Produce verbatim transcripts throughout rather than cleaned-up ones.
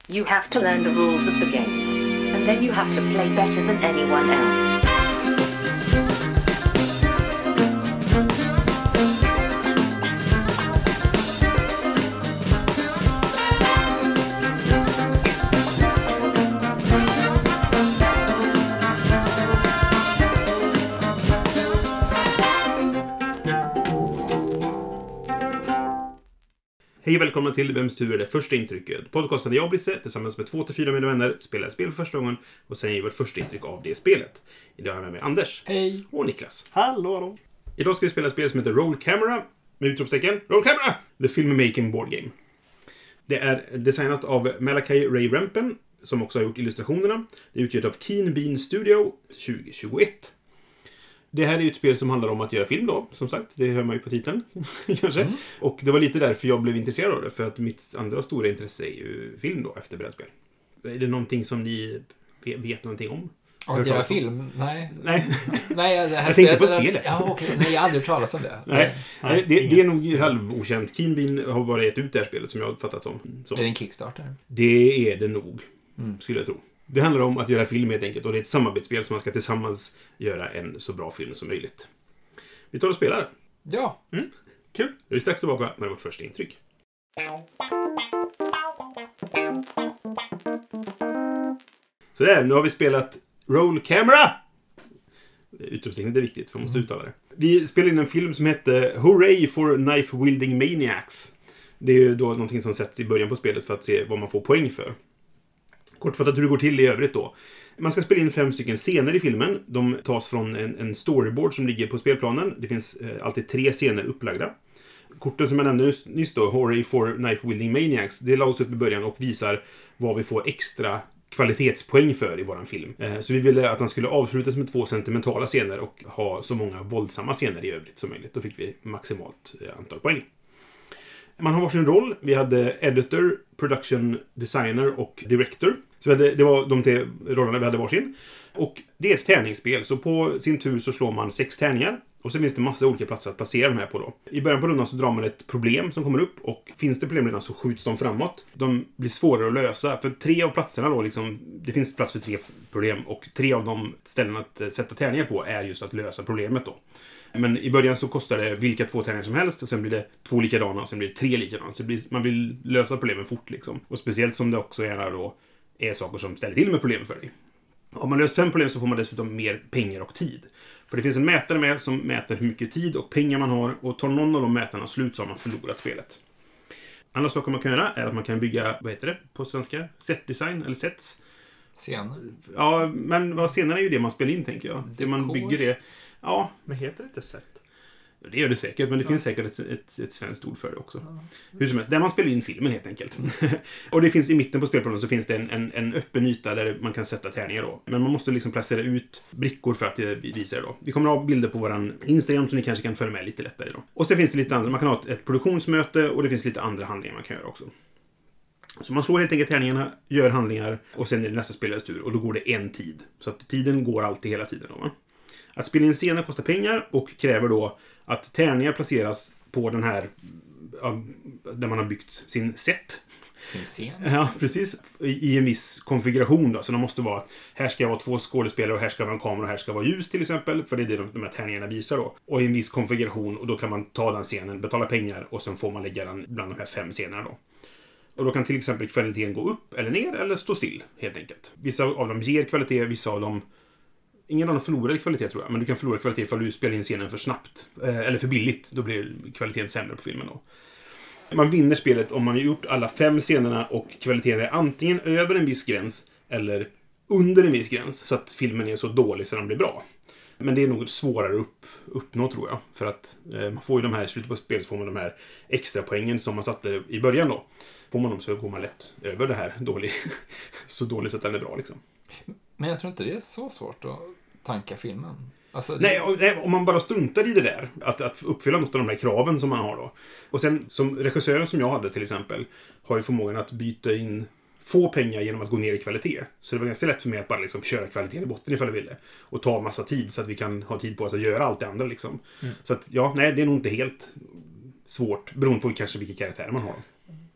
You have to learn the rules of the game. And then you have to play better than anyone else. Hej och välkomna till Vems tur är det första intrycket. Podcasten där jag, Brisse, tillsammans med två till fyra mina vänner spelar ett spel för första gången och sen ger vårt första intryck av det spelet. Idag har jag med mig Anders. Hej. Och Niklas. Hallå, hallå. Idag ska vi spela ett spel som heter Roll Camera, med utropstecken. Roll Camera! The Filmmaking Board Game. Det är designat av Malachi Ray Rempen, som också har gjort illustrationerna. Det är utgivet av Keen Bean Studio tjugo tjugoett. Det här är ju ett spel som handlar om att göra film då, som sagt. Det hör man ju på titeln, kanske. Mm. Och det var lite därför jag blev intresserad av det. För att mitt andra stora intresse är ju film då, efter brädspel. Är det någonting som ni vet någonting om? Att göra film? Nej. Nej. Nej, det här jag tänkte på spelet. Ja, okej. Nej, jag har aldrig hört talas om det. Nej, Nej det, det är nog halvokänt. Keen Bean har bara gett ut det här spelet som jag har fattat som. Så. Är det en Kickstarter? Det är det nog, mm. skulle jag tro. Det handlar om att göra film helt enkelt. Och det är ett samarbetsspel som man ska tillsammans göra en så bra film som möjligt. Vi tar och spelar. Ja. Mm. Kul. Vi är strax tillbaka med vårt första intryck. Så där, nu har vi spelat Roll Camera. Utropstecknet är viktigt, för man måste uttala det. Vi spelar in en film som heter Hooray for Knife Wielding Maniacs. Det är ju då någonting som sätts i början på spelet för att se vad man får poäng för. Kortfattat hur det går till i övrigt då. Man ska spela in fem stycken scener i filmen. De tas från en, en storyboard som ligger på spelplanen. Det finns eh, alltid tre scener upplagda. Korten som jag nämnde nyss, nyss då, Hooray for Knife Wielding Maniacs, det lades upp i början och visar vad vi får extra kvalitetspoäng för i våran film. Eh, så vi ville att den skulle avslutas med två sentimentala scener och ha så många våldsamma scener i övrigt som möjligt. Då fick vi maximalt eh, antal poäng. Man har varsin roll. Vi hade editor, production designer och director. Så vi hade, det var de tre rollerna vi hade varsin. Och det är ett tärningsspel. Så på sin tur så slår man sex tärningar. Och så finns det massa olika platser att placera de här på då. I början på rundan så drar man ett problem som kommer upp. Och finns det problem redan så skjuts de framåt. De blir svårare att lösa. För tre av platserna då liksom, det finns plats för tre problem. Och tre av de ställen att sätta tärningar på är just att lösa problemet då. Men i början så kostar det vilka två tärningar som helst. Och sen blir det två likadana och sen blir det tre likadana. Så det blir, man vill lösa problemen fort liksom. Och speciellt som det också gärna då är saker som ställer till med problem för dig. Om man löser fem problem så får man dessutom mer pengar och tid. För det finns en mätare med som mäter hur mycket tid och pengar man har. Och tar någon av de mätarna slut så har man förlorat spelet. Andra saker man kan göra är att man kan bygga, vad heter det på svenska? Setdesign eller sets. Scener. Ja, men vad scener är ju det man spelar in, tänker jag. Det man bygger det. Ja, men heter det inte set? Det gör det säkert, men det ja. finns säkert ett, ett, ett svenskt ord för det också. Ja. Hur som helst, där man spelar in filmen helt enkelt. Och det finns i mitten på spelplanen så finns det en, en, en öppen yta där man kan sätta tärningar då. Men man måste liksom placera ut brickor för att visa det då. Vi kommer att ha bilder på våran Instagram så ni kanske kan följa med lite lättare då. Och sen finns det lite andra, man kan ha ett, ett produktionsmöte och det finns lite andra handlingar man kan göra också. Så man slår helt enkelt tärningarna, gör handlingar och sen är det nästa spelares tur och då går det en tid. Så att tiden går alltid hela tiden då, va? Att spela in scener kostar pengar och kräver då att tärningar placeras på den här där man har byggt sin set. Sin scen. Ja, precis. I en viss konfiguration då. Så det måste vara att här ska vara två skådespelare och här ska vara en kamera och här ska vara ljus till exempel. För det är det de här tärningarna visar då. Och i en viss konfiguration och då kan man ta den scenen, betala pengar och sen får man lägga den bland de här fem scenerna då. Och då kan till exempel kvaliteten gå upp eller ner eller stå still helt enkelt. Vissa av dem ger kvalitet, vissa av dem ingen annan förlorar kvalitet tror jag. Men du kan förlora kvalitet för att du spelar in scenen för snabbt. Eh, eller för billigt. Då blir kvaliteten sämre på filmen då. Man vinner spelet om man har gjort alla fem scenerna och kvaliteten är antingen över en viss gräns eller under en viss gräns. Så att filmen är så dålig så den blir bra. Men det är nog svårare att upp, uppnå tror jag. För att eh, man får ju de här, i slutet på spelet får man de här extra poängen som man satte i början då. Får man dem så går man lätt över det här dålig, så dåligt så att den är bra liksom. Men jag tror inte det är så svårt att tanka filmen. Alltså, nej, nej, om man bara struntar i det där. Att, att uppfylla något av de här kraven som man har då. Och sen, som regissören som jag hade till exempel, har ju förmågan att byta in få pengar genom att gå ner i kvalitet. Så det var ganska lätt för mig att bara liksom köra kvaliteten i botten ifall jag ville. Och ta massa tid så att vi kan ha tid på oss att göra allt det andra liksom. Mm. Så att, ja, nej, det är nog inte helt svårt. Beroende på kanske vilka karaktärer man har.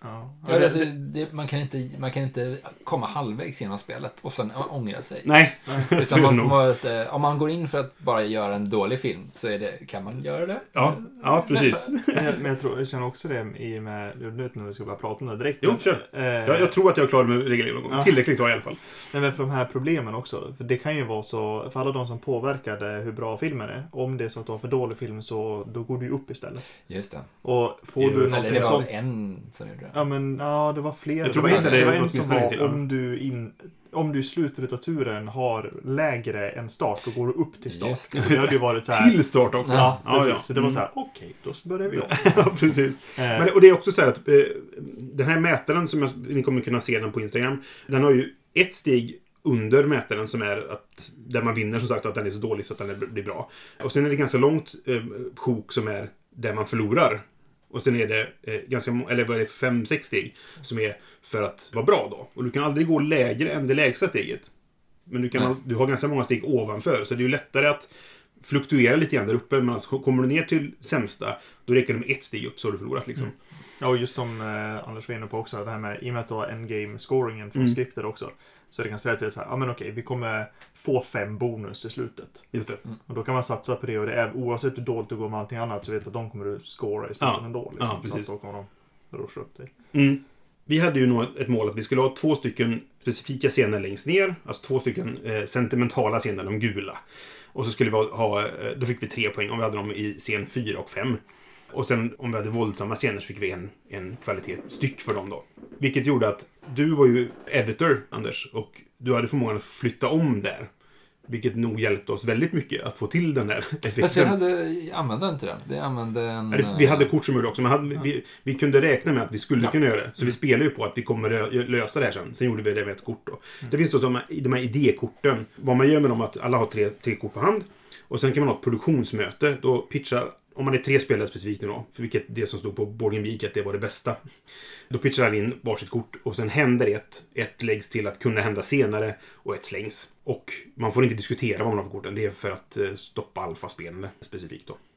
Ja. Ja, alltså, det, man, kan inte, man kan inte komma halvvägs genom spelet och sen ångra sig. Nej, Utan man måste, om man går in för att bara göra en dålig film så är det, kan man göra det. Ja, ja precis. Men jag, men jag, tror, jag känner också det i med, jag vet inte när vi ska börja prata om det direkt. Jo, men, kör. Eh, jag, jag tror att jag är klar med regelgenomgång. Ja. Tillräckligt klar i alla fall. Men för de här problemen också. För det kan ju vara så, för alla de som påverkade hur bra filmen är. Om det är så att du har för dålig film så då går du ju upp istället. Just det. Och får Just. du Eller någonting det var som... väl en som gjorde det. Ja, men ja, det var flera. Jag tror det vi var, hittade det var en som åtminstone var till, ja. om du in... Om du i slutet av turen har lägre än start, då går du upp till start. Just det. Det hade ju varit så här... Till start också. Ja, ja, precis. ja. Så det var Mm. så här, okej, då börjar vi om. Ja, precis. Eh, Men, och det är också så här att eh, den här mätaren som jag, ni kommer kunna se den på Instagram, den har ju ett steg under mätaren som är att där man vinner som sagt att den är så dålig så att den är, blir bra. Och sen är det ganska långt eh, sjok som är där man förlorar. Och sen är det eh, ganska må- eller vad är det, fem, sex steg som är för att vara bra då. Och du kan aldrig gå lägre än det lägsta steget. Men du, kan, Nej. du har ganska många steg ovanför. Så det är ju lättare att fluktuera lite grann där uppe. Men alltså, kommer du ner till sämsta, då räcker det med ett steg upp så har du förlorat liksom. Mm. Ja, och just som eh, Anders var inne på också, det här med, i och med att du har endgame-scoringen från Mm. skriptet också. Så det kan säga till så här, ja men okej, vi kommer få fem bonus i slutet. Just det. Och då kan man satsa på det och det är, oavsett hur dåligt det går med allting annat så vet du att de kommer du scora i slutet Ja. ändå. Liksom, Ja, precis. Så att då kommer de ruscha upp dig. Mm. Vi hade ju nog ett mål att vi skulle ha två stycken specifika scener längst ner. Alltså två stycken eh, sentimentala scener, de gula. Och så skulle vi ha, eh, då fick vi tre poäng om vi hade dem i scen fyra och fem. Och sen om vi hade våldsamma scener så fick vi en, en kvalitet styck för dem då. Vilket gjorde att du var ju editor, Anders. Och du hade förmågan att flytta om där. Vilket nog hjälpte oss väldigt mycket att få till den där effekten. Fast vi hade, använde inte den. Vi använde en... Ja, det- vi hade kort som gjorde också, men hade, vi, vi kunde räkna med att vi skulle Ja. kunna göra det. Så vi spelar ju på att vi kommer lö- lösa det här sen. Sen gjorde vi det med ett kort då. Det finns då som i de här idékorten. Vad man gör med dem att alla har tre, tre kort på hand. Och sen kan man ha ett produktionsmöte. Då pitchar, om man är tre spelare specifikt nu då, för vilket det som stod på Board Game Geek att det var det bästa. Då pitchar alla in varsitt kort och sen händer ett. Ett läggs till att kunna hända senare och ett slängs. Och man får inte diskutera vad man har för korten. Det är för att eh, stoppa alfaspelande specifikt då.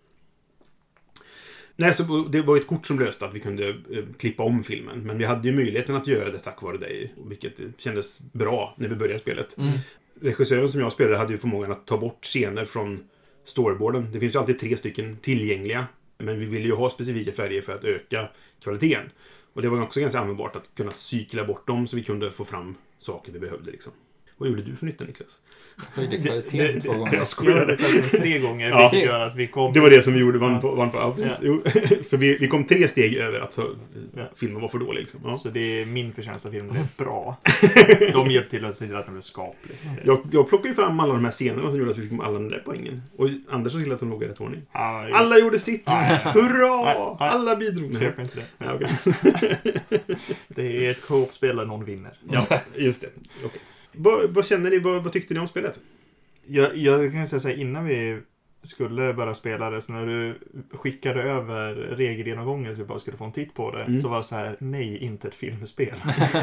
Nej, så det var ett kort som löste att vi kunde eh, klippa om filmen. Men vi hade ju möjligheten att göra det tack vare dig. Vilket kändes bra när vi började spelet. Mm. Regissören som jag spelade hade ju förmågan att ta bort scener från storyboarden. Det finns ju alltid tre stycken tillgängliga. Men vi ville ju ha specifika färger för att öka kvaliteten. Och det var också ganska användbart att kunna cykla bort dem så vi kunde få fram saker vi behövde liksom. Vad gjorde du för nytta, Niklas? Höjde kvaliteten två gånger. Jag skojar. Det var tre gånger Ja. vilket gör att vi kom... Det var det som vi gjorde. Vann Ja. på, vann på, ja, precis. Ja. Jo, för vi, vi kom tre steg över att ha, Ja. filmen var för dålig. Liksom. Ja. Så det är min förtjänst att filmen blev bra. De hjälpte till att se till att den blev skaplig. Jag, jag plockade ju fram alla de här scenerna som gjorde att vi fick alla de där poängen. Och Anders såg till att hon låg i rätt ordning. Ah, ja. Alla gjorde sitt! Nej. Hurra! Nej, nej. Alla bidrog. Köp inte det. Ja, okej. Det är ett co-op-spel där någon vinner. Ja, just det. Okay. Vad, vad känner ni? Vad, vad tyckte ni om spelet? Jag, jag kan säga så här, innan vi skulle börja spela det, så när du skickade över regelgenomgången så vi bara skulle få en titt på det, Mm. så var jag så här: nej, inte ett filmspel.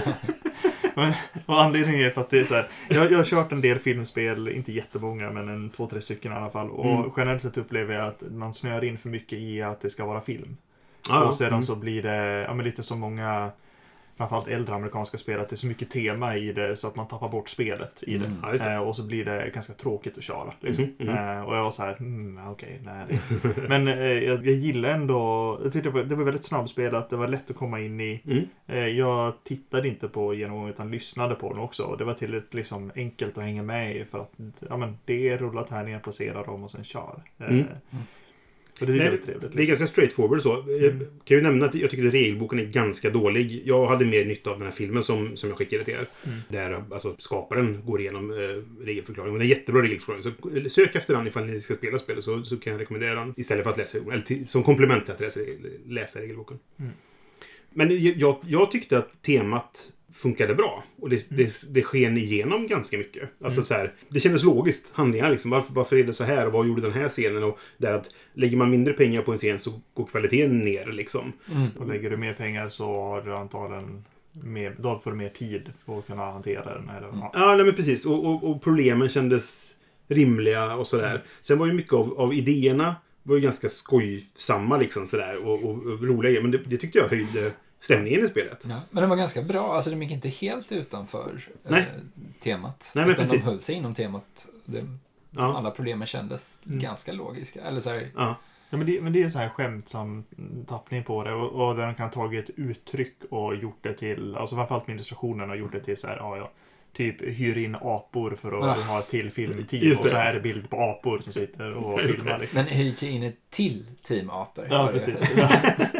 Men, och anledningen är för att det är så här, jag, jag har kört en del filmspel, inte jättemånga, men en två, tre stycken i alla fall. Och Mm. generellt sett upplever jag att man snör in för mycket i att det ska vara film. Ja, Och sedan mm. så blir det, ja, men lite som många, framförallt äldre amerikanska spel, att det är så mycket tema i det så att man tappar bort spelet i det. Mm. Ja, just det. Eh, och så blir det ganska tråkigt att köra. Liksom. Mhm, mhm. Eh, och jag var så här, mm, okej, nej. Det. Men eh, jag, jag gillar ändå, jag tyckte det var, det var väldigt snabbspelat, det var lätt att komma in i. Mm. Eh, jag tittade inte på genomgången utan lyssnade på den också. Och det var tillräckligt liksom, enkelt att hänga med i för att ja, men, det är rullat här ner, placera dem och sen kör. Eh, Mm. Och det är Nej, väldigt trevligt. Det är Liksom. ganska straightforward så. Jag Mm. kan ju nämna att jag tycker att regelboken är ganska dålig. Jag hade mer nytta av den här filmen som, som jag skickade till er. Mm. Där alltså, skaparen går igenom eh, regelförklaringen. Och det är en jättebra regelförklaring. Så sök efter den ifall ni ska spela spelet så, så kan jag rekommendera den. Istället för att läsa, eller till, som komplement till att läsa, läsa regelboken. Mm. Men jag, jag tyckte att temat funkade bra. Och det, det, det sken igenom ganska mycket. Alltså Mm. så här, det kändes logiskt. Handlingar liksom. Varför, varför är det så här? Och vad gjorde den här scenen? Och där att lägger man mindre pengar på en scen så går kvaliteten ner liksom. Mm. Och lägger du mer pengar så har du antagligen mer, då får du mer tid för att kunna hantera den. Eller, ja. Ja, nej, men precis. Och, och, och problemen kändes rimliga och sådär. Sen var ju mycket av, av idéerna var ju ganska skojsamma liksom sådär. Och, och, och roliga. Men det, det tyckte jag höjde stämningen i spelet. Ja, men den var ganska bra. Alltså de gick inte helt utanför eh, temat. Nej, men utan precis. de höll sig inom temat. Det, Ja. Alla problemen kändes Mm. ganska logiska. Eller så här, Ja. Ja, men, det, men det är så här skämtsam tappning på det och, och där de kan ha tagit ett uttryck och gjort det till, alltså framförallt med illustrationen har gjort det till så här, ja, ja typ hyr in apor för att Ah. ha ett till filmteam Just och det. så är det bild på apor som sitter och Just filmar. det. Liksom. men hyr in ett till team apor. Ja, Var det- precis. Ja.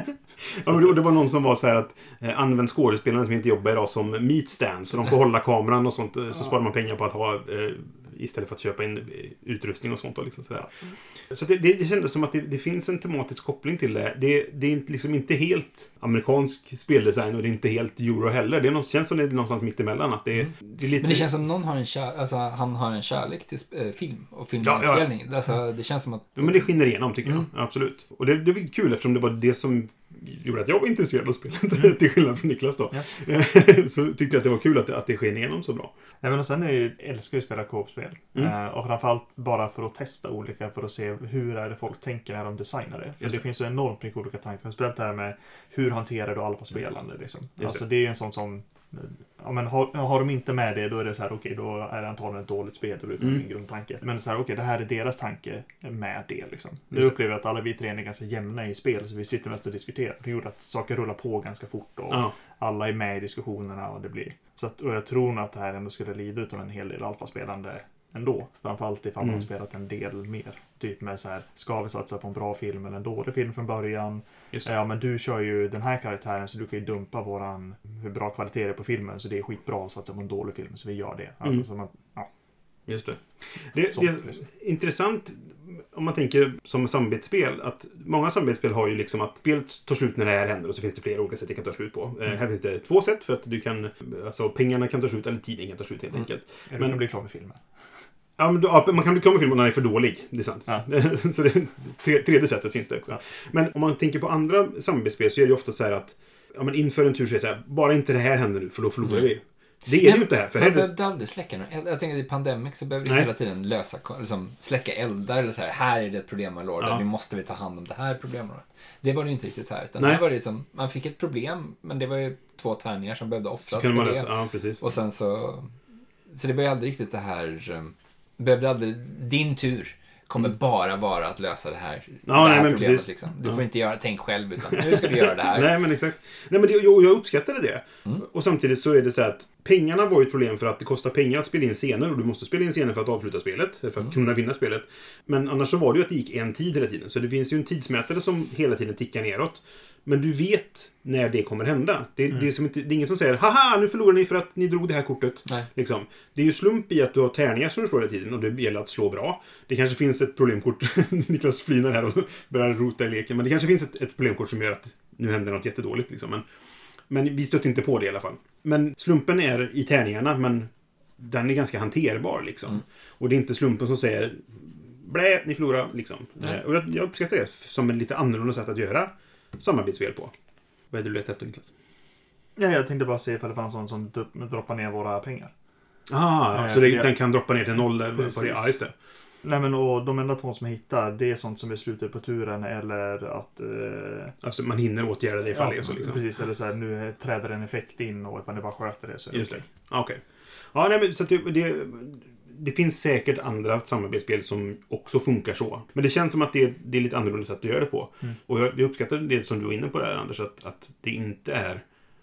Ja, och det var någon som var så här att eh, använd skådespelarna som inte jobbar idag som meat stands. Så de får hålla kameran och sånt. eh, Så sparar man pengar på att ha eh, istället för att köpa in eh, utrustning och sånt. Och liksom sådär. Så det, det, det kändes som att det, det finns en tematisk koppling till det. Det, det är liksom inte helt amerikansk speldesign och det är inte helt euro heller. Det är något, känns som det är någonstans mitt emellan. Att det, är, Mm. det är lite... Men det känns som någon har en kär, alltså, han har en kärlek till äh, film och filminspelning. Ja, Alltså, det känns som att... Ja, men det skiner igenom tycker Mm. jag. Absolut. Och det, det var kul eftersom det var det som gjorde att jag var intresserad av spelet. Till skillnad från Niklas då. Ja. Så tyckte jag att det var kul att det, att det sken igenom så bra. Även och sen är jag älskar ju att spela co-op-spel. Mm. Eh, och framförallt bara för att testa olika, för att se hur är det folk tänker när de designar det. För Just det, det. finns så enormt mycket olika tankar. Speciellt det här med hur hanterar du alfaspelande liksom. det. Alltså det är ju en sån som ja, men har, har de inte med det då är det så här okej, då är det antagligen ett dåligt spel och utan Mm. min grundtanke. Men så här okej, det här är deras tanke med det liksom. Nu Just det. upplever jag att alla vi tre är ganska jämna i spel så vi sitter mest och diskuterar. Det gjorde att saker rullar på ganska fort och Ja. alla är med i diskussionerna och det blir så att, och jag tror nog att det här ändå skulle lida utav en hel del alfaspelande ändå. Framförallt ifall man Mm. har spelat en del mer. Typ med så här, ska vi satsa på en bra film eller en dålig film från början? Just det. Ja, men du kör ju den här karaktären så du kan ju dumpa våran, hur bra kvalitet det är på filmen så det är skitbra att satsa på en dålig film så vi gör det. Alltså, Mm. så man, ja, Just det. Det, sånt, det är liksom. intressant om man tänker som samarbetsspel att många samarbetsspel har ju liksom att spelet tar slut när det här händer och så finns det flera olika sätt det kan ta slut på. Eh, här finns det två sätt för att du kan, alltså pengarna kan ta slut eller tiden kan ta slut helt Mm. enkelt. Eller Men- kan bli klar med filmen. Ja, men då, ja, man kan bli klar med filmen när den är för dålig. Det är sant. Ja. Så det tre, tredje sättet finns det också. Ja. Men om man tänker på andra samarbetsspel så är det ju ofta så här att ja, men inför en tur så är det så här, bara inte det här händer nu för då förlorar Mm. vi. Det är det ju inte här. För man här är det, behövde aldrig släcka någon eld. Jag tänker att i Pandemic så behöver vi Nej. hela tiden lösa, liksom, släcka eldar eller så här. Här är det ett problem med lorden. Ja. Nu måste vi ta hand om det här problemet. Det var det ju inte riktigt här. Utan Nej. här var det som, man fick ett problem, men det var ju två tärningar som behövde så offras kunde för man det. lösa, ja precis. Och sen så... Så det var ju aldrig riktigt det här... um, Behövde aldrig... Din tur kommer bara vara att lösa det här, det här nej, men problemet. precis. Liksom. Du Ja. får inte göra tänk själv, utan nu ska du göra det här. Nej, men exakt. Nej, men det, jag, jag uppskattade det. Mm. Och samtidigt så är det så här att pengarna var ju ett problem för att det kostar pengar att spela in scener och du måste spela in scener för att avsluta spelet, för att Mm. kunna vinna spelet. Men annars så var det ju att det gick en tid hela tiden. Så det finns ju en tidsmätare som hela tiden tickar neråt. Men du vet när det kommer hända. Det, Mm. det, är, som inte, det är ingen som säger haha, nu förlorar ni för att ni drog det här kortet. Nej. Liksom. Det är ju slump i att du har tärningar som du slår hela tiden och det gäller att slå bra. Det kanske finns ett problemkort. Niklas flinar här och börjar rota i leken. Men det kanske finns ett, ett problemkort som gör att nu händer något jättedåligt. Liksom. Men, men vi stöter inte på det i alla fall. Men slumpen är i tärningarna, men den är ganska hanterbar. Liksom. Mm. Och det är inte slumpen som säger blä, ni förlorar. Liksom. Nej. Eh, Och jag, jag uppskattar det som en lite annorlunda sätt att göra samarbetsspel på. Vad är det du letar efter, Niklas? Ja, jag tänkte bara se ifall det fanns någon som dup- droppar ner våra pengar. Ah, ja, Eh, så det, ja. den kan droppa ner till noll? Eller Precis. på det. Ja, just det. Nej men och de enda två som jag hittar det är sånt som är slutet på turen eller att eh, Alltså man hinner åtgärda det ifall ja, det är så. Liksom. precis, eller så här, nu träder en effekt in och ifall ni bara sköter det så är det Just det. okej. Ja, okej. Ja, nej, men så att det, det, det finns säkert andra samarbetsspel som också funkar så. Men det känns som att det, det är lite annorlunda sätt att göra det på. Mm. Och jag, jag uppskattar det som du var inne på där, Anders, att, att det inte är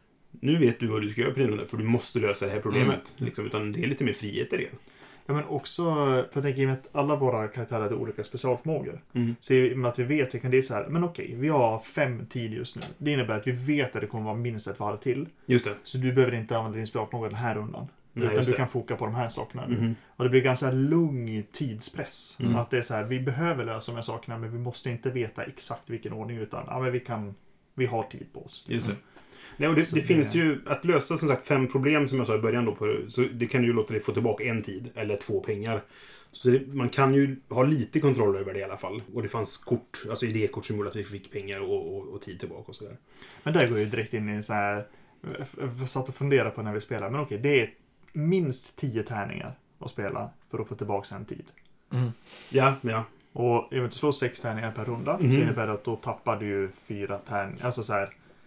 nu vet du vad du ska göra på din runda för du måste lösa det här problemet. Mm. Liksom, utan det är lite mer frihet i det. Ja men också, för jag tänker i och med att alla våra karaktärer hade olika specialförmågor. Mm. Så i och med att vi vet, kan det är så här, men okej, vi har fem tid just nu. Det innebär att vi vet att det kommer vara minst ett varv till. Just det. Så du behöver inte använda din specialförmåga den här rundan. Nej, utan just du det. kan foka på de här sakerna nu. Mhm. Och det blir ganska lugn tidspress. Mm. Att det är så här, vi behöver lösa de här sakerna men vi måste inte veta exakt vilken ordning utan ja, men vi kan, vi har tid på oss. Just det. Mm. Nej, och det, Så det det- finns ju att lösa som sagt fem problem som jag sa i början då på, så det kan ju låta dig få tillbaka en tid eller två pengar. Så det, man kan ju ha lite kontroll över det i alla fall. Och det fanns kort, alltså idékort som gjorde att vi fick pengar och, och, och tid tillbaka och sådär. Men där går ju direkt in i så här, jag satt och funderade på när vi spelar, men okej, det är minst tio tärningar att spela för att få tillbaka en tid. Mm. Ja, ja. Och jag vet slå sex tärningar per runda Mhm. så innebär det att då tappar du ju fyra tärningar. Alltså så här,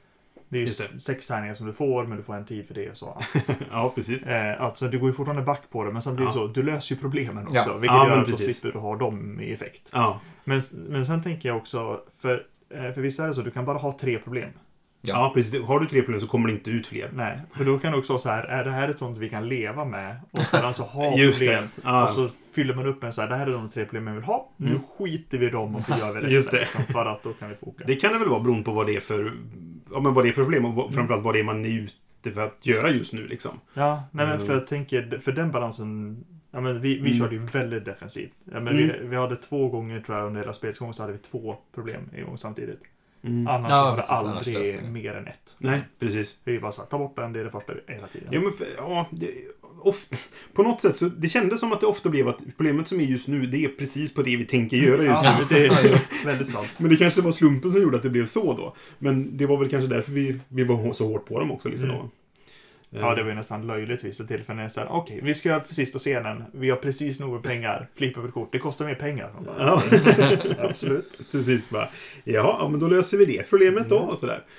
Det är ju Just det. sex tärningar som du får, men du får en tid för det och så. Ja, precis. Eh, alltså, du går ju fortfarande back på det, men samtidigt Ja. så, du löser ju problemen också. Ja. Vilket Ja, gör men att du precis. slipper du ha dem i effekt. Ja. Men, men sen tänker jag också, för, eh, för visst är det så, du kan bara ha tre problem. Ja. Ja. precis. Har du tre problem så kommer det inte ut fler. Nej, för då kan du också vara så här, är det här ett sånt vi kan leva med? Och sedan så ha Just problem. det. Ja. Och så fyller man upp en så här, det här är de tre problemen jag vill ha. Nu Mm. skiter vi i dem och så gör vi resten. Just det. Liksom, för att då kan vi foka. Det kan det väl vara beroende på vad det är för, ja, men vad det är för problem och Mm. vad, framförallt vad det är man är ute för att göra just nu liksom. Ja, nej men Mm. för jag tänker, för den balansen, ja men vi, vi Mm. körde ju väldigt defensivt. Ja, men Mm. vi, vi hade två gånger tror jag under hela spelsgången så hade vi två problem en gång samtidigt. Mm. Annars Ja, var det precis, annars aldrig löser det. mer än ett. Nej, precis. Vi bara såhär, ta bort den, det är det första hela tiden. Ja, men för, ja, det, ofta, på något sätt så det kändes som att det ofta blev att problemet som är just nu, det är precis på det vi tänker göra just Ja, nu. det är väldigt sant. Men det kanske var slumpen som gjorde att det blev så då. Men det var väl kanske därför vi, vi var så hårt på dem också. Liksom, Mm. då. Ja, det var ju nästan löjligt vissa tillfällen. Jag sa, okej, vi ska göra för sista scenen. Vi har precis nog med pengar. Flippa över ett kort. Det kostar mer pengar. Man bara, Ja, absolut. precis. Bara, ja, ja, men då löser vi det problemet då Mm. och sådär.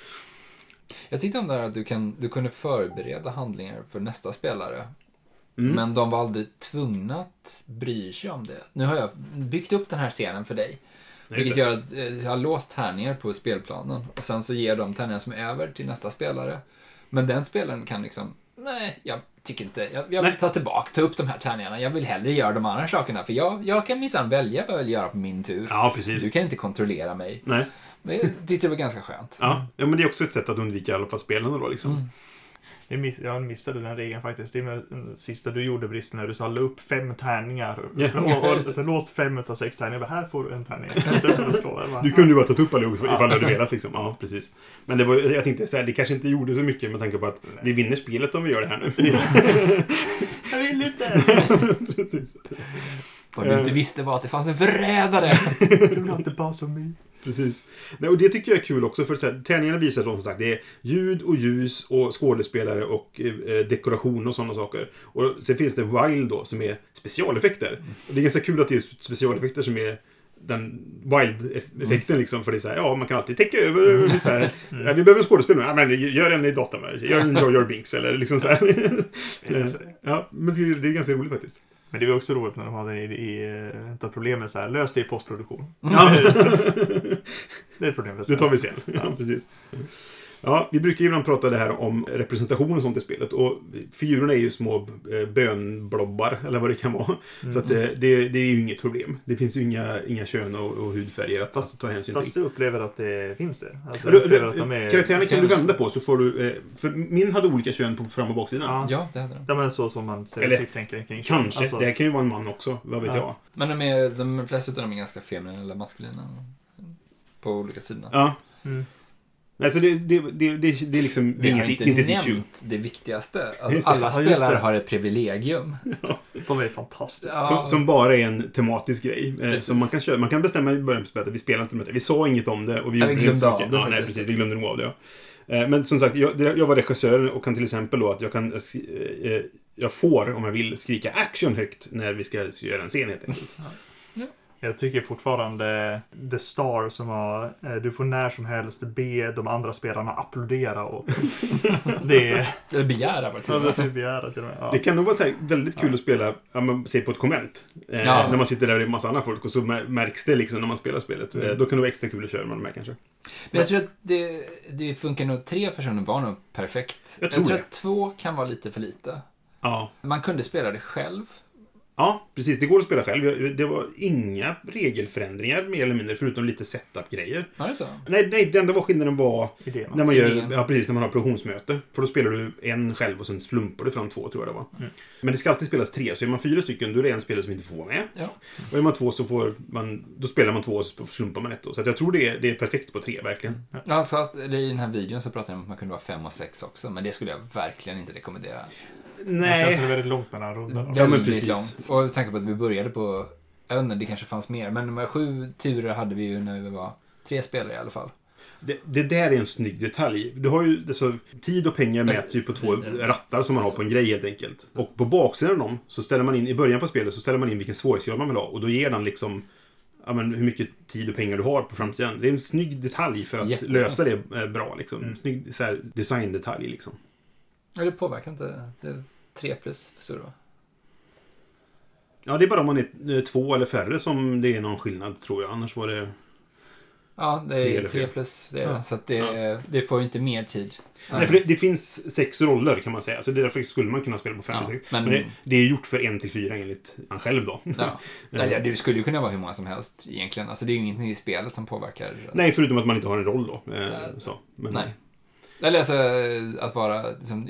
Jag tyckte om det här att du, kan, du kunde förbereda handlingar för nästa spelare. Mm. Men de var aldrig tvungna att bry sig om det. Nu har jag byggt upp den här scenen för dig. Just Vilket det. gör att eh, jag har låst tärningar på spelplanen. Och sen så ger de tärningar som är över till nästa spelare. Men den spelaren kan liksom, nej, jag tycker inte, jag, jag vill Nej. ta tillbaka, ta upp de här tärningarna. Jag vill hellre göra de andra sakerna. För jag, jag kan minsann välja vad jag vill göra på min tur. Ja, precis. Du kan inte kontrollera mig. Nej. Det tyckte jag var ganska skönt. Ja. ja, men det är också ett sätt att undvika i alla fall spelen då liksom. Mm. Jag miss- Jag missade den regeln faktiskt. Det är med den sista du gjorde, bristen, när du sa la upp fem tärningar. Ja. Och, och så låst fem av sex tärningar. Jag bara, här får du en tärning. Istället för att slå. Jag bara, Du kunde ju bara ta upp allihop ifall du hade velat liksom. Ja, precis. Men det var, jag tänkte så här, det kanske inte gjorde så mycket med tanke på att vi vinner spelet om vi gör det här nu. jag vill inte! Precis. Vad du inte visste var att det fanns en förrädare. Du vill inte bara som mig. Precis. Nej, och det tycker jag är kul också för så här, tärningarna visar som sagt det är ljud och ljus och skådespelare och eh, dekoration och sådana saker. Och sen finns det Wild då som är specialeffekter. Och det är ganska kul att det är specialeffekter som är den Wild-effekten liksom, för det är så här, ja, man kan alltid täcka över så här, ja, vi behöver en skådespelare, ja, men gör en i datorn, gör en Jar Jar Binks eller liksom så här. Ja, men det är, det är ganska roligt faktiskt. Men det var också roligt när de hade i, i ett problem med så här, lös det i postproduktion. Ja. Det är ett problem. Det tar vi sen. Ja, precis. Ja, vi brukar ju ibland prata det här om representation och sånt i spelet. Och figurerna är ju små bönblobbar, eller vad det kan vara. Mm. Så att det, det, det är ju inget problem. Det finns ju inga, inga kön och, och hudfärger att fast, ta hänsyn fast till. du upplever att det finns det? Alltså, du, upplever att de är... Karaktärerna kan du vända på, så får du... För min hade olika kön på fram- och baksidan. Ja. Ja, det hade de. Ja, men så som man Eller, typ tänker kring kanske. alltså, Det kan ju vara en man också, vad vet Ja. jag. Men de, är, de flesta av dem är ganska feminina eller maskulina. På olika sidor. Ja. Mm. Alltså det, det, det, det, det är liksom Vi har inget, inte inte ett nämnt issue. det viktigaste. Just Alltså, det. alla Ja, just spelare det. har ett privilegium. De är fantastiska. Ja. Som, som bara är en tematisk grej. Eh, Precis. som man kan köra. Man kan bestämma i början på spelet att vi spelar inte med det. Vi sa inget om det och vi Ja, vi gjorde glömde inte så av mycket. det Ja, nej, faktiskt. precis. Vi glömde nog av det. Ja. Eh, Men som sagt, jag, jag var regissören och kan till exempel då att jag kan... Eh, jag får, om jag vill, skrika action högt när vi ska göra en scen helt enkelt. Jag tycker fortfarande The Star som har, eh, du får när som helst be de andra spelarna applådera och det är Eller begära var det till och med. begära till och med. Ja. Det kan nog vara så här, väldigt kul att spela, ja, man ser på ett konvent. Eh, Ja. När man sitter där och det är en massa andra folk och så märks det liksom när man spelar spelet. Eh, då kan det vara extra kul att köra med de här kanske. Men jag tror att det, det funkar nog. Tre personer var nog perfekt. Jag tror det. att två kan vara lite för lite. Ja. Man kunde spela det själv. Ja, precis. Det går att spela själv. Det var inga regelförändringar mer eller mindre, förutom lite setup-grejer. Var det så? Nej, nej, det enda var skillnaden var Idén. när man gör, Idén. ja, precis, när man har produktionsmöte. För då spelar du en själv och sen slumpar du fram två, tror jag det var. Mm. Men det ska alltid spelas tre, så är man fyra stycken, då är det en spelare som inte får vara med. Ja. Och är man två så får man, då spelar man två och så slumpar man ett då. Så att jag tror det är, det är perfekt på tre, verkligen. Ja, han sa att, eller i den här videon så pratade han om att man kunde vara fem och sex också. Men det skulle jag verkligen inte rekommendera. Det känns som det är Nej. väldigt långt mellan rundorna. Ja, men Väldigt precis. långt. Och med tanke på att vi började på, jag vet inte, det kanske fanns mer. Men de här sju turer hade vi ju när vi var tre spelare i alla fall. Det, det där är en snygg detalj. Du har ju alltså, tid och pengar mäts ju på två rattar som man har på en grej helt enkelt. Och på baksidan av dem så ställer man in, i början på spelet så ställer man in vilken svårighetsgrad man vill ha. Och då ger den liksom ja, men hur mycket tid och pengar du har på framtiden. Det är en snygg detalj för att Jättefint. lösa det eh, bra. Liksom. Mm. Snygg så här, designdetalj. Liksom. Ja, det påverkar inte. Det är tre plus för Sura. Ja, det är bara om man är eh, två eller färre som det är någon skillnad, tror jag. Annars var det... Ja, det Tre är eller tre fyra. plus. Det är Ja. det. Så att det, Ja. det får ju inte mer tid. Nej, för det, det finns sex roller kan man säga. Så därför skulle man kunna spela på fem Ja, eller sex. men- Men, det, det är gjort för en till fyra enligt han själv då. Ja. Eller, det skulle ju kunna vara hur många som helst egentligen. Alltså det är ju ingenting i spelet som påverkar. Nej, förutom att man inte har en roll då. Eh, så. Men, Nej. Eller alltså att vara, liksom,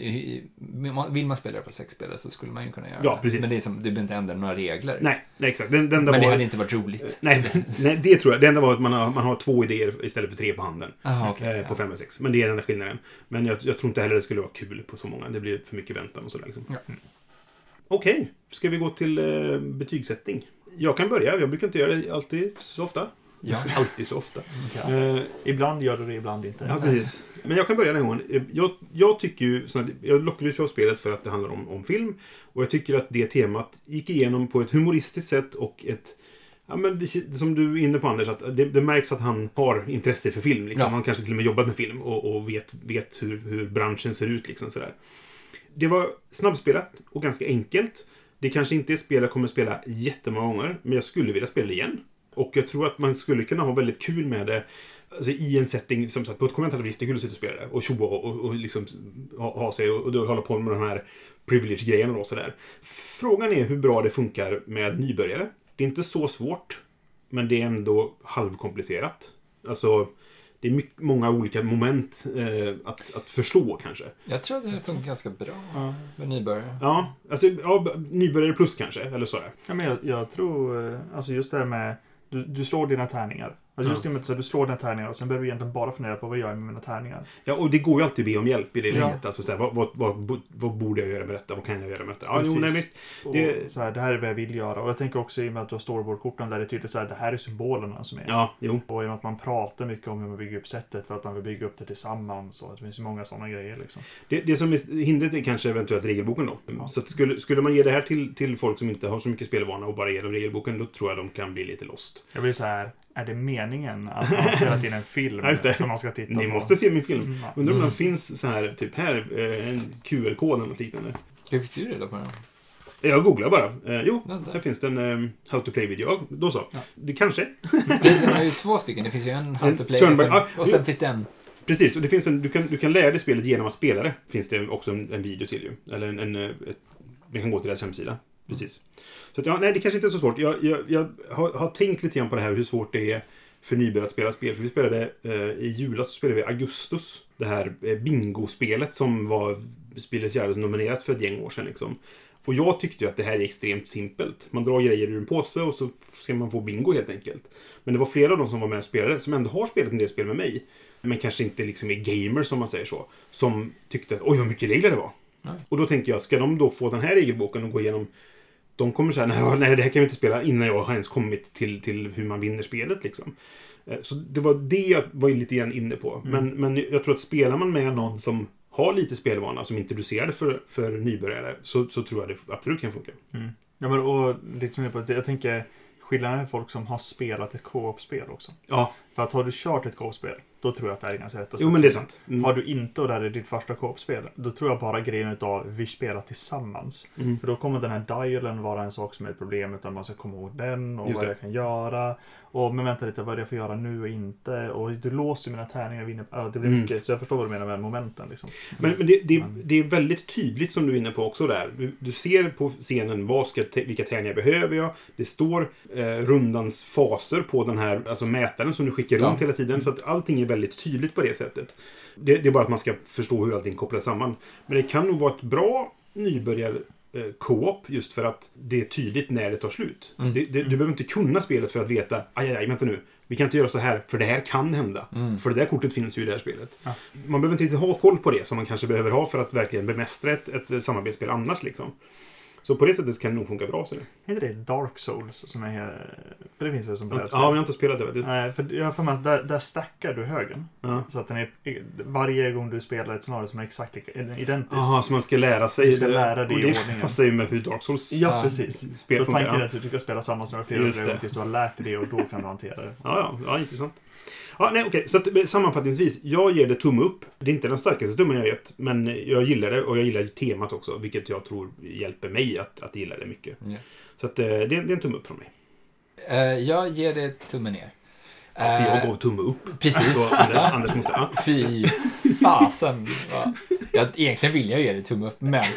vill man spela på sex spelare så skulle man ju kunna göra Ja, det. precis. Men det är som, du behöver inte ändra några regler. Nej, nej, exakt. Den, den där Men det var, hade inte varit roligt. nej, nej, det tror jag. Det enda var att man har, man har två idéer istället för tre på handen. Aha, okay, eh, på ja. fem eller sex. Men det är den enda skillnaden. Men jag, jag tror inte heller det skulle vara kul på så många. Det blir för mycket väntan och sådär. Liksom. Ja. Mm. Okej, okay. Ska vi gå till eh, betygssättning? Jag kan börja. Jag brukar inte göra det alltid så ofta. Ja. Alltid så ofta. Ja. Eh, Ibland gör du det, ibland inte. Ja, precis. Men jag kan börja den gången. Jag, jag tycker ju... Så att jag lockades ju av spelet för att det handlar om, om film. Och jag tycker att det temat gick igenom på ett humoristiskt sätt och ett... Ja, men det, som du är inne på, Anders, att det, det märks att han har intresse för film. Liksom. Ja. Han kanske till och med jobbat med film och, och vet, vet hur, hur branschen ser ut. Liksom, sådär. Det var snabbspelat och ganska enkelt. Det kanske inte är ett spel jag kommer att spela jättemånga gånger, men jag skulle vilja spela det igen. Och jag tror att man skulle kunna ha väldigt kul med det alltså i en setting, som sagt, på ett konvent hade det varit jättekul att sitta och spela det. Och tjoa och, och, och liksom ha, ha sig och, och då hålla på med de här privilege-grejerna och sådär. Frågan är hur bra det funkar med nybörjare. Det är inte så svårt, men det är ändå halvkomplicerat. Alltså, det är mycket, många olika moment eh, att, att förstå kanske. Jag tror att det funkar ganska bra Ja. med nybörjare. Ja, alltså ja, nybörjare plus kanske, eller sådär. Ja, men jag, jag tror, eh, alltså just det här med, du, du slår dina tärningar. Alltså just det med att du slår dina tärningar och sen behöver du egentligen bara fundera på vad jag gör med mina tärningar. Ja, och det går ju alltid att be om hjälp i det Ja. läget. Alltså, såhär, vad, vad, vad, vad borde jag göra med detta? Vad kan jag göra med detta? Ja, jo, Precis. nej, visst. Och Det- så här, det här är vad jag vill göra. Och jag tänker också i och med att du har storyboardkorten där det är tydligt så här, det här är symbolerna som är. Ja, jo. Och i och med att man pratar mycket om hur man bygger upp sättet för att man vill bygga upp det tillsammans. Och det finns ju många sådana grejer liksom. Det, det som är hindret är kanske eventuellt regelboken då. Ja. Så att skulle, skulle man ge det här till, till folk som inte har så mycket spelvana och bara ge dem regelboken, då tror jag de kan bli lite lost. Jag blir så här, är det meningen att man har spelat in en film Ja, just det. som man ska titta Ni på? måste se min film. Mm, ja. Undrar om Mm. den finns så här, typ här, eh, en Q R-kod eller något liknande. Hur fick du reda på det? Jag googlar bara. Eh, jo, Ja, där. här finns det en eh, How to Play-video. Då så. Ja. Det kanske. Det är ju två stycken. Det finns ju en How to Play Turn och by- sen, ah, och sen jo. finns det en. Precis, och det finns en, du, kan, du kan lära dig spelet genom att spela det. Finns det också en, en video till ju. Eller en, en, eh, ett, vi kan gå till deras hemsida. Precis. Så att, ja, nej, det kanske inte är så svårt. Jag, jag, jag har, har tänkt lite grann på det här hur svårt det är för nybörjare att spela spel. För vi spelade eh, i julas så spelade vi Augustus. Det här eh, bingo-spelet som var Spelets Järves nominerat för ett gäng år sedan liksom. Och jag tyckte ju att det här är extremt simpelt. Man drar grejer ur en påse och så ska man få bingo helt enkelt. Men det var flera av de som var med och spelade som ändå har spelat en del spel med mig. Men kanske inte liksom är gamers som man säger så. Som tyckte att oj vad mycket regler det var. Nej. Och då tänker jag, ska de då få den här regelboken och gå igenom. De kommer säga, nej, nej det här kan vi inte spela innan jag har ens kommit till, till hur man vinner spelet liksom. Så det var det jag var lite grann inne på. Mm. Men, men jag tror att spelar man med någon som har lite spelvana, som är introducerade för, för nybörjare, så, så tror jag det absolut kan funka. Mm. Ja, men och lite mer på det. Jag tänker skillnaden är folk som har spelat ett co-op-spel också. Ja, För att har du kört ett co-op-spel, då tror jag att det är ganska rätt att jo men det är sant. Mm. Har du inte och det här är ditt första co-op-spel, då tror jag bara grejen utav vi spelar tillsammans. Mm. För då kommer den här dialen vara en sak som är ett problem, utan man ska komma ihåg den och Just vad det. jag kan göra. Och men vänta lite, vad är det jag får göra nu och inte? Och du låser mina tärningar, vinner. Ja, det blir Mm. mycket, så jag förstår vad du menar med momenten liksom. Men, men det, det, Men- det är väldigt tydligt som du är inne på också där. Du, du ser på scenen vad ska, te- vilka tärningar behöver jag. Det står eh, rundans faser på den här alltså mätaren som du skickar Ja. runt hela tiden. Så att allting är väldigt tydligt på det sättet. Det, det är bara att man ska förstå hur allting kopplas samman. Men det kan nog vara ett bra nybörjar eh, co-op just för att det är tydligt när det tar slut. Mm. Det, det, du behöver inte kunna spelet för att veta aj, aj, aj, vänta nu. Vi kan inte göra så här, för det här kan hända. Mm. För det där kortet finns ju i det här spelet. Ja. Man behöver inte riktigt ha koll på det som man kanske behöver ha för att verkligen bemästra ett, ett samarbetsspel annars. Liksom. Så på det sättet kan det nog funka bra. Så det. Är inte det Dark Souls som är... För det finns väl som brädspel? Ja, men jag har inte spelat det faktiskt. Nej, för jag har för mig att där, där stackar du högen. Ja. Så att den är... Varje gång du spelar ett scenario som är exakt identiskt. Jaha, så man ska lära sig Du ska det. lära dig och i det ordningen. passar ju med hur Dark Souls Ja, precis. spel Så funkar. tanken är Ja. att du ska spela samma scenario flera Just gånger det. tills du har lärt dig det och då kan du hantera det. Ja, ja, ja, intressant. Ja, nej, okej. Så att, sammanfattningsvis, jag ger det tumme upp. Det är inte den starkaste tummen jag vet, men jag gillar det och jag gillar temat också, vilket jag tror hjälper mig att, att gilla det mycket. Ja. Så att, det, det är en tumme upp från mig. Uh, jag ger det tumme ner. Ja, för jag Eh, gav tumme upp. Precis. Så Anders, Anders måste... Ja. Fy fasen. Va? Jag, egentligen vill jag ge det tumme upp, men...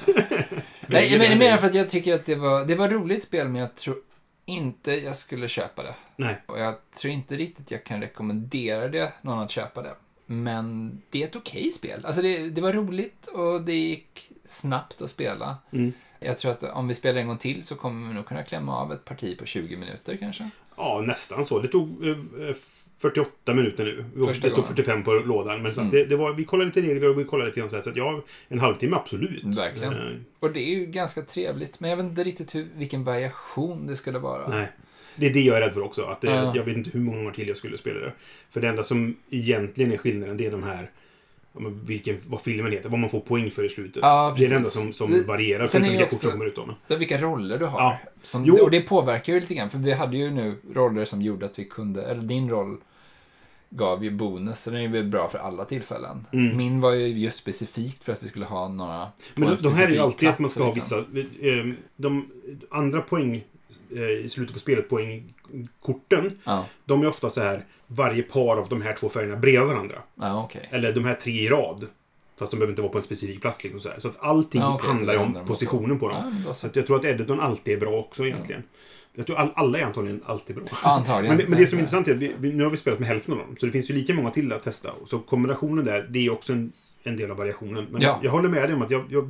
Nej, jag menar mer för att jag tycker att det var, det var ett roligt spel, men jag tror inte jag skulle köpa det. Nej. Och jag tror inte riktigt jag kan rekommendera det någon att köpa det. Men det är ett okej spel. Alltså det, det var roligt och det gick snabbt att spela. Mm. Jag tror att om vi spelar en gång till så kommer vi nog kunna klämma av ett parti på tjugo minuter kanske. Ja, nästan så. Det tog eh, fyrtioåtta minuter nu. Första Det står gången. fyrtiofem på lådan. Men så, Mm. det, det var, vi kollade lite regler och vi kollade lite grann så här. Så att ja, en halvtimme absolut. Verkligen. Eh, Och det är ju ganska trevligt. Men jag vet inte riktigt hur, vilken variation det skulle vara. nej. Det är det jag är rädd för också. Att det, Ja. Jag vet inte hur många gånger till jag skulle spela det. För det enda som egentligen är skillnaden, det är de här... ja, men vilken, vad filmen heter, vad man får poäng för i slutet. Ja, det är det precis. enda som, som Det- varierar. sen Förutom är ju vilka också- kort som kommer ut då. Det är vilka roller du har. Ja. Som, Jo. och det påverkar ju lite grann. För vi hade ju nu roller som gjorde att vi kunde... Eller din roll gav ju bonus. Så den är väl bra för alla tillfällen. Mm. Min var ju just specifikt för att vi skulle ha några... på Men en de, de här är ju specifik alltid att man plats, ska ha liksom. vissa... Eh, de andra poäng eh, i slutet på spelet, poängkorten, Ja, de är ofta så här, varje par av de här två färgerna bredvid varandra. ja okej. Eller de här tre i rad. Fast de behöver inte vara på en specifik plats. Liksom så, här. Så att allting Ja, okej, så handlar ju det om handlar om positionen på dem. Ja, men då Så så. att jag tror att Editon alltid är bra också egentligen. Jag tror all, alla är antagligen alltid bra. Ja, antagligen. Men det, men det som är intressant är att vi, vi, nu har vi spelat med hälften av dem. Så det finns ju lika många till att testa. Så kombinationen där, det är också en, en del av variationen. Men Ja. jag håller med dig om att jag, jag,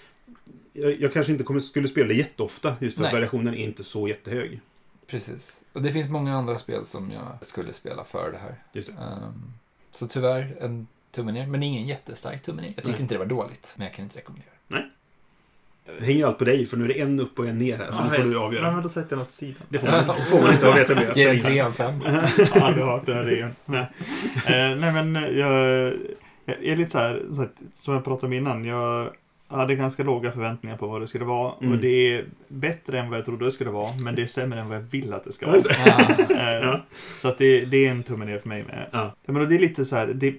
jag, jag kanske inte kommer, skulle spela det jätteofta. Just för att Nej. variationen är inte så jättehög. Precis. Och det finns många andra spel som jag skulle spela för det här. Just det. Um, så tyvärr en tumme ner. Men ingen jättestark tumme ner. Jag tyckte Nej. inte det var dåligt. Men jag kan inte rekommendera det. Det hänger allt på dig, för nu är det en upp och en ner här. Så Ja, nu får du Nej, avgöra. men då sätter jag något åt sidan. Det får man, får man inte ha etablerat. Ge för en länge. tre av fem. Jag har aldrig hört den här regeln. Nej. Eh, nej, men jag, jag är lite så här, så att, som jag pratade om innan. Jag hade ganska låga förväntningar på vad det skulle vara. Mm. Och det är bättre än vad jag trodde det skulle vara. Men det är sämre än vad jag vill att det ska vara. Just det. Ja. Eh, Ja. Så att det, det är en tumme ner för mig med. Ja. Ja, men och det är lite så här. Det,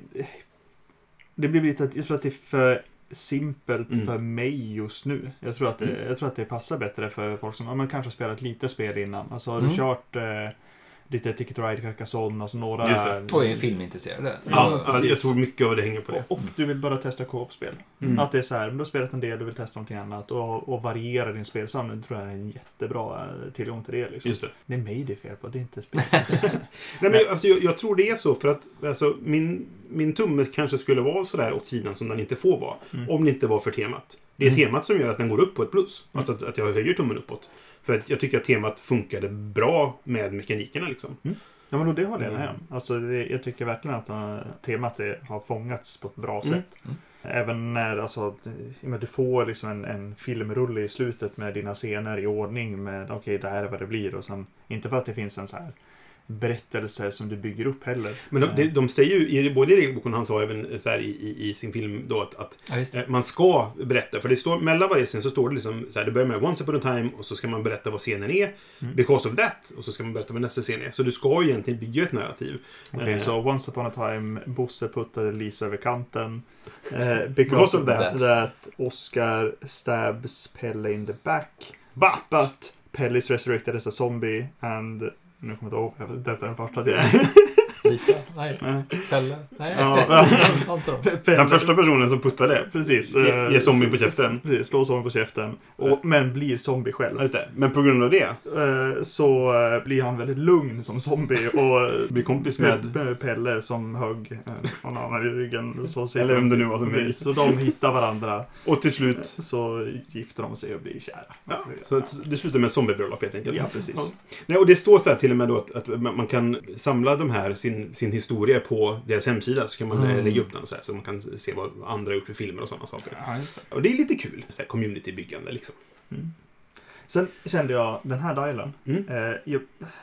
det blir lite att jag tror att det är för simpelt Mm. för mig just nu. Jag tror att det, Mm. jag tror att det passar bättre för folk som ja, men kanske har spelat lite spel innan. Alltså har Mm. du kört eh, lite Ticket to Ride, Carcassonne, alltså några... Just det. Och är filmintresserade. Ja, precis. ja, jag tror mycket av det hänger på det. Och du vill bara testa co-op-spel. Mm. Att det är så här, du har spelat en del, du vill testa någonting annat och, och variera din spelsamling, tror jag är en jättebra eh, tillgång till det. Liksom. Just det. Det är mig det är fel på, det är inte spel. Nej, men alltså, jag, jag tror det är så, för att alltså, min, min tumme kanske skulle vara sådär åt sidan som den inte får vara. Mm. Om det inte var för temat. Det är Mm. temat som gör att den går upp på ett plus. Mm. Alltså att, att jag höjer tummen uppåt. För att jag tycker att temat funkade bra med mekanikerna liksom. Ja, men då det håller jag med Mm. om. Alltså, det, jag tycker verkligen att uh, temat är, har fångats på ett bra Mm. sätt. Mm. Även när alltså, i och med att du får liksom en, en filmrulle i slutet med dina scener i ordning med okej, okay, det här är vad det blir. Och sen, inte för att det finns en så här berättelse som du bygger upp heller. Men de, de, de säger ju, i, både i regelboken och han sa även så här i, i, i sin film då att, att Ja, just det. eh, man ska berätta. För det står, mellan varje scen så står det liksom så här, det börjar med once upon a time och så ska man berätta vad scenen är. Mm. Because of that. Och så ska man berätta vad nästa scen är. Så du ska ju egentligen bygga ett narrativ. Okej, Eh. så once upon a time, Bosse puttade Lisa över kanten. Eh, because, Because of of that, that. that Oscar stabs Pelle in the back. But! But Pelle is resurrected as a zombie and... Nu kommer jag inte ihåg, jag döpte den första delen. Lisa? Nej. Nej. Pelle? Nej. Ja. Anton. Pe- Den första personen som puttade. Precis. Ge- eh, ge zombie på s- käften. Precis, slå zombie på käften. Och, men blir zombie själv. Ja, just det. Men på grund av det Eh, Så eh, blir han väldigt lugn som zombie. Och blir kompis med... med, med Pelle som högg eh, någon annan i ryggen. Så ser Eller de- vem det nu var som Precis, Så de hittar varandra. Och till slut... Så gifter de sig och blir kära. Ja, så att det slutar med zombiebröllop helt enkelt. Ja, precis. Ja. Nej, och det står så här till och med då att, att man kan samla de här, sin, sin historia på deras hemsida, så kan man Mm. mm. lägga upp den och så här, så man kan se vad andra har gjort för filmer och sådana saker. Ja, just det. Och det är lite kul, så här communitybyggande liksom. Mm. Sen kände jag den här dialen. Mm. Eh, jag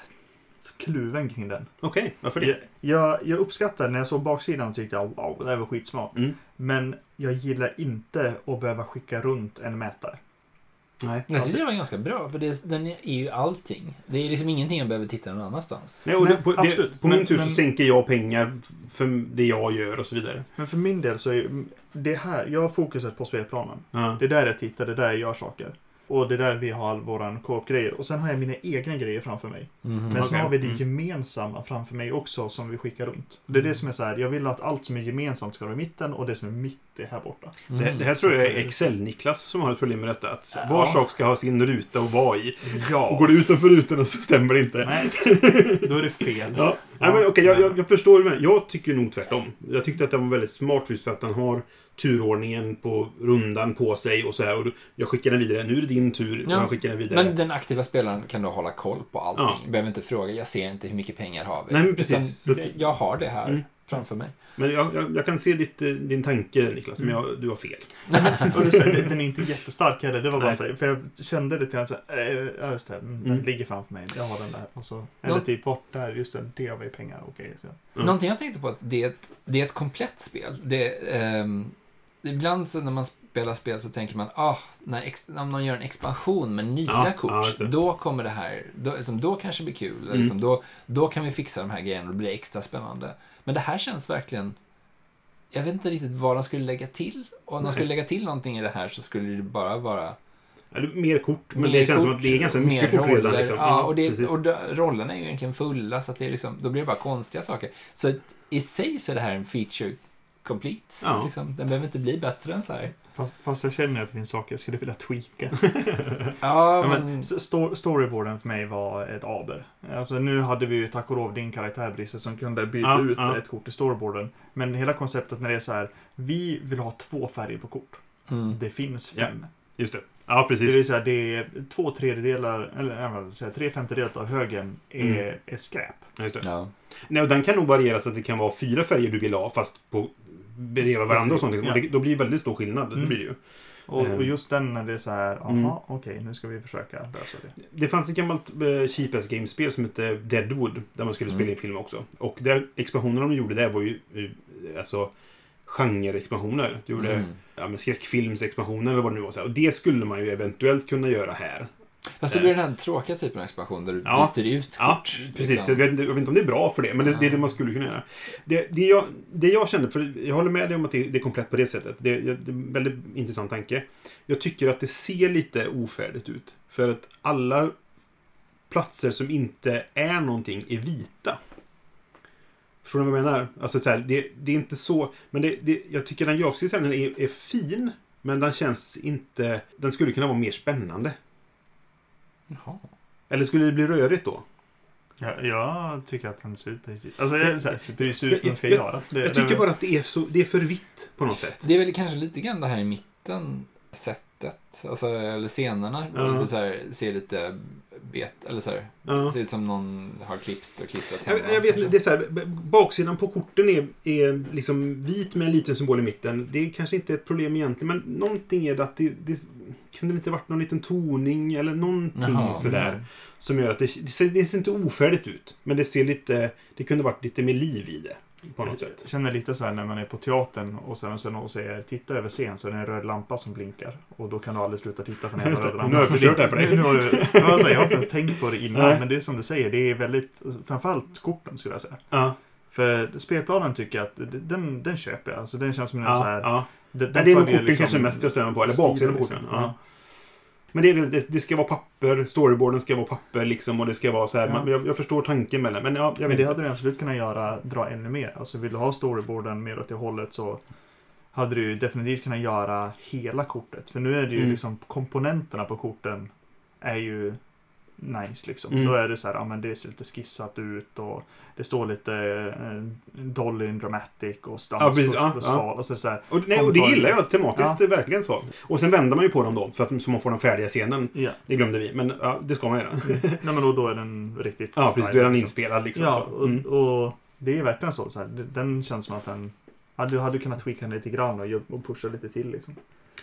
så kluven kring den. Okej, okay, varför det? Jag, jag, jag uppskattar när jag såg baksidan och tyckte jag wow, det här var skitsmart. Mm. Men jag gillar inte att behöva skicka runt en mätare. Nej. Jag tycker det var ganska bra, för det, den är ju allting. Det är liksom ingenting jag behöver titta någon annanstans. Nej, och Nej, det, på, absolut. det, på Men- min tur så men- sänker jag pengar för det jag gör och så vidare. Men för min del så är det här, jag har fokuset på spelplanen. Ja. Det är där jag tittar, det är där jag gör saker. Och det är där vi har våran co-op-grejer. Och sen har jag mina egna grejer framför mig. Mhm. Men sen Okej. har vi det Mm. gemensamma framför mig också som vi skickar runt. Det är det som är så här, jag vill att allt som är gemensamt ska vara i mitten och det som är mitt är här borta. Mm. Det, det här tror jag är Excel-Niklas som har ett problem med detta. Att Ja. var sak ska ha sin ruta att vara i. Ja. Och går det utanför rutorna så stämmer det inte. Nej, då är det fel. Ja. Nej, men, okej, jag, jag, jag förstår det. Jag tycker nog tvärtom. Jag tyckte att det var väldigt smart just för att han har turordningen på rundan på sig och så här. Och jag skickar den vidare. Nu är det din tur. Och Ja. jag skickar den vidare. Men den aktiva spelaren kan då hålla koll på allting. Ja. Behöver inte fråga, jag ser inte hur mycket pengar har vi. Nej, men precis. Utan Så att- jag har det här Mm. framför mig. Men jag, jag, jag kan se ditt, eh, din tanke, Niklas, men jag, du har fel. Och det, är så här, den är inte jättestark heller. Det var bara Nej. så här, för jag kände lite grann så här, eh, ja just det, mm, den Mm. ligger framför mig. Jag har den där. Och så, eller Ja. typ bort där, just det, det har vi pengar, okej. så. Mm. Någonting jag tänkte på att det är ett, det är ett komplett spel. Det, ehm, ibland så när man spelar spel så tänker man, ah, när ex, om någon gör en expansion med nya Ja, kort, ja, just det. då kommer det här, då, liksom, då kanske det blir kul. Mm. Liksom, då, då kan vi fixa de här grejerna och det blir extra spännande. Men det här känns verkligen, jag vet inte riktigt vad de skulle lägga till. Och om de Nej. skulle lägga till någonting i det här så skulle det bara vara Eller mer kort, men mer det känns kort, som att det är ganska mer mycket kort redan. roller. Liksom. Ja, och, det, precis. och de, rollerna är ju egentligen fulla, så att det är liksom, då blir det bara konstiga saker. Så att i sig så är det här en feature complete. Ja. Liksom, den behöver inte bli bättre än så här. Fast, fast jag känner att det finns saker jag skulle vilja tweaka. Ja, Ja, men... men, sto- storyboarden för mig var ett aber. Alltså nu hade vi ju tack och lov din karaktär, Brisse, som kunde byta Ja, ut ja. ett kort i storyboarden. Men hela konceptet när det är så här, vi vill ha två färger på kort. Mm. Det finns Ja. fem. Just det. Ja, Det precis. vill säga, det är två tredjedelar, eller jag vill säga, tre femtedelar av högen är, Mm. är skräp. Ja, just det. Ja. Nej, och den kan nog variera så att det kan vara fyra färger du vill ha, fast på bredvid varandra och sånt. Liksom. Ja. Och det, då blir det väldigt stor skillnad. Det Mm. blir det ju. Och, Mm. och just den när det är så här, aha, Mm. okej, nu ska vi försöka lösa det. Det fanns ett gammalt eh, Cheap Ass Games-spel som hette Deadwood, där man skulle spela Mm. in film också. Och där expansionerna de gjorde där var ju eh, alltså genre-expansioner. De gjorde Mm. ja, men skräckfilmsexpansioner eller vad det nu var. Så här. Och det skulle man ju eventuellt kunna göra här. Fast det blir den här tråkiga typen av expansion där du Ja. byter ut kort. Ja, precis. liksom. Jag, vet inte, jag vet inte om det är bra för det, men det, det är det man skulle kunna göra. Det, det, jag, det jag kände, för jag håller med dig om att det, det är komplett på det sättet. Det, det är en väldigt intressant tanke. Jag tycker att det ser lite ofärdigt ut. För att alla platser som inte är någonting är vita. Förstår du vad jag menar? Alltså så här, det, det är inte så... Men det, det, jag tycker den grafiska designen är, är fin, men den känns inte... Den skulle kunna vara mer spännande. Jaha. Eller skulle det bli rörigt då? Ja, jag tycker att den ser ut precis. Alltså, jag, så här, ser precis ut den ska Jag- göra. Det, Jag tycker bara att det är, så, det är för vitt på något sätt. Det är väl kanske lite grann det här i mitten sättet. Alltså, eller scenerna. Ja. Lite så här, ser lite bet, eller så här, Ja. ser ut som någon har klippt och klistrat Jag, hemma. jag vet inte, det är så här, b- baksidan på korten är, är liksom vit med en liten symbol i mitten. Det är kanske inte ett problem egentligen, men någonting är det att det, det kunde det inte varit någon liten toning eller någonting Jaha, sådär mm. som gör att det, det, ser, det ser inte ofärdigt ut, men det ser lite, det kunde varit lite mer liv i det på något sätt. Jag känner lite så här när man är på teatern och sen så någon säger titta över scen så är det en röd lampa som blinkar. Och då kan du aldrig sluta titta på den här Just det. röda Nu har jag lampan. förstört det här för dig. Nu, nu har du, jag, har, jag har inte ens tänkt på det innan, Nej. men det är som du säger, det är väldigt, framförallt korten skulle jag säga. Ja, För spelplanen tycker jag att den, den köper jag. Alltså den känns som en så ja, här... ja. Den, Nej, det är nog följer korten kanske mest jag stör mig på, eller stilen, baksidan på liksom. korten. Ja. Men det, är, väl- det, det ska vara papper, storyboarden ska vara papper liksom, och det ska vara så här. Ja. Man, jag, jag förstår tanken med det, men ja, jag Men vet det inte. hade du absolut kunnat göra, dra ännu mer. Alltså vill du ha storyboarden mer åt det hållet så hade du ju definitivt kunnat göra hela kortet. För nu är det ju Mm. liksom komponenterna på korten är ju nice liksom. Mm. Då är det så här, ja men det ser lite skissat ut och det står lite eh, Dolly in Dramatic och Stunts Ja, precis. plus, Ja, plus ja. fall och så, så här. Och, nej, och det gillar jag tematiskt, Ja. det är verkligen så. Och sen vänder man ju på dem då, för att så man får den färdiga scenen. Ja. Det glömde vi, men ja, det ska man göra. Nej men då, då är den riktigt Ja, precis. style, Då är den liksom. inspelad liksom. Ja, så. och, Mm. och det är verkligen så. så här. Den känns som att den... Ja, du hade kunnat tweaka den lite grann och, och pusha lite till liksom.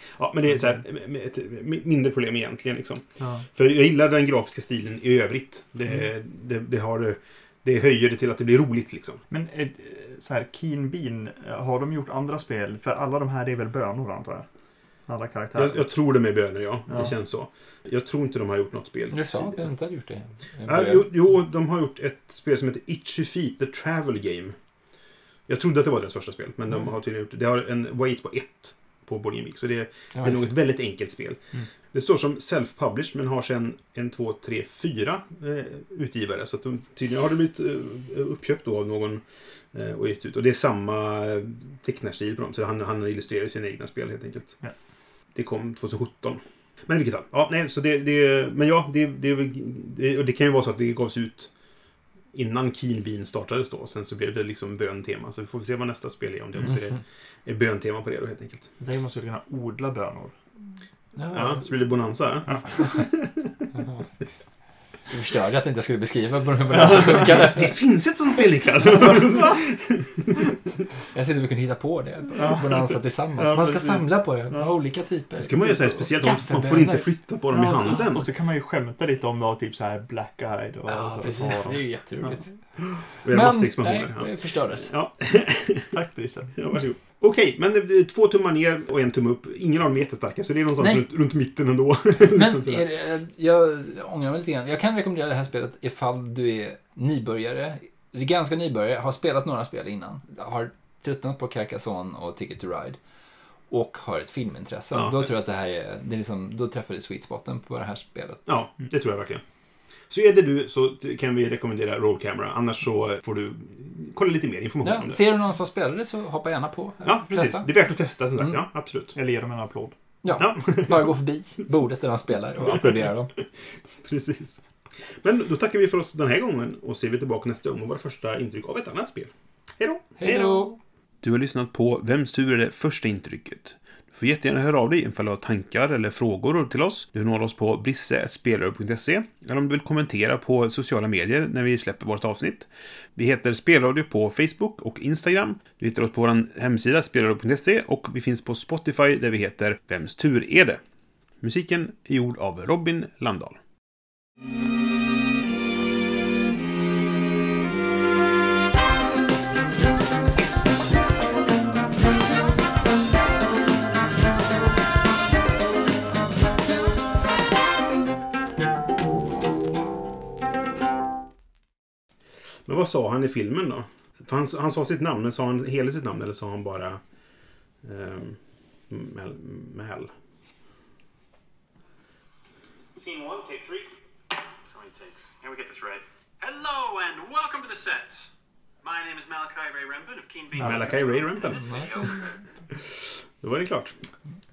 Ja, men det är så här, ett mindre problem egentligen. Liksom. Ja. För jag gillar den grafiska stilen i övrigt. Det, mm. det, det, har, det höjer det till att det blir roligt. Liksom. Men ett, så här, Keen Bean, har de gjort andra spel? För alla de här är väl bönor, antar jag? Alla karaktärer. Jag, jag tror det med bönor, ja. ja. Det känns så. Jag tror inte de har gjort något spel. Jag sa att de inte har gjort det. Ja, jo, jo, de har gjort ett spel som heter Itchy Feet, The Travel Game. Jag trodde att det var deras första spel, men mm. de har tydligen gjort det. Det har en weight på ett på Board Game Geek, så det, det är nog ett väldigt enkelt spel. Mm. Det står som self-published, men har sedan en, två, tre, fyra eh, utgivare. Så att de, tydligen har det blivit eh, uppköpt då av någon eh, och gett ut. Och det är samma tecknarstil på dem, så han, han illustrerar sina egna spel helt enkelt. Ja. Det kom tjugohundrasjutton. Men i vilket fall. Ja, nej, så det, det, men ja, det, det, det, och det kan ju vara så att det gavs ut innan Keen Bean startades då. Sen så blev det liksom böntema. Så vi får se vad nästa spel är, om det också är, är böntema på det då helt enkelt. Det måste ju kunna odla bönor. Ja, ja, så blir det bonanza. Ja. Du förstörde att jag inte skulle beskriva bonanza funkade. Det finns ett sånt spel, Niklas. Jag tänkte vi kunde hitta på det. Ja. Bonanza tillsammans. Ja, man ska precis. samla på det. Ja. Olika typer. Det ska man ju säga speciellt. Man får inte flytta på dem ja, i handen. Och så kan man ju skämta lite om då, typ så här black-eyed. Och ja, så, precis. så. Det är ju jätteroligt. Ja. Men, nej, ja. det förstördes. Ja. Tack, Brisen. Ja, varsågod. Okej, men det är två tummar ner och en tumme upp. Ingen av dem är jättestarka, så det är någonstans runt, runt mitten ändå. Men är det, jag ångrar mig lite grann. Jag kan rekommendera det här spelet ifall du är nybörjare. Du är ganska nybörjare, har spelat några spel innan. Har tröttnat på Carcassonne och Ticket to Ride. Och har ett filmintresse. Ja. Då tror jag att det här är, det är liksom, då träffar du sweet spoten på det här spelet. Ja, det tror jag verkligen. Så är det du, så kan vi rekommendera Roll Camera. Annars så får du kolla lite mer information ja, om det. Ser du någon som spelar det så hoppa gärna på. Ja, precis. Testa. Det är värt att testa, som sagt. Mm. Ja, absolut. Eller ge dem en applåd. Ja, ja. Bara gå förbi bordet där de spelar och applådera dem. Precis. Men då tackar vi för oss den här gången och ser vi tillbaka nästa gång med våra första intryck av ett annat spel. Hej då! Hej då! Du har lyssnat på Vems tur är det första intrycket? Du får jättegärna höra av dig ifall du har tankar eller frågor till oss. Du når oss på brisse snabel-a spelare punkt se eller om du vill kommentera på sociala medier när vi släpper vårt avsnitt. Vi heter Spelradio på Facebook och Instagram. Du hittar oss på vår hemsida spelradio punkt se och vi finns på Spotify där vi heter Vems tur är det? Musiken är gjord av Robin Landahl. Men vad sa han i filmen då? För han, han sa sitt namn, men sa han hela sitt namn eller sa han bara um, Mel, Mel? Scene one, take three. How many takes? Can we get this right? Hello and welcome to the set. My name is Malachi Ray Rembin of Keen Beans. Malachi Ray Rembin. Då var det klart.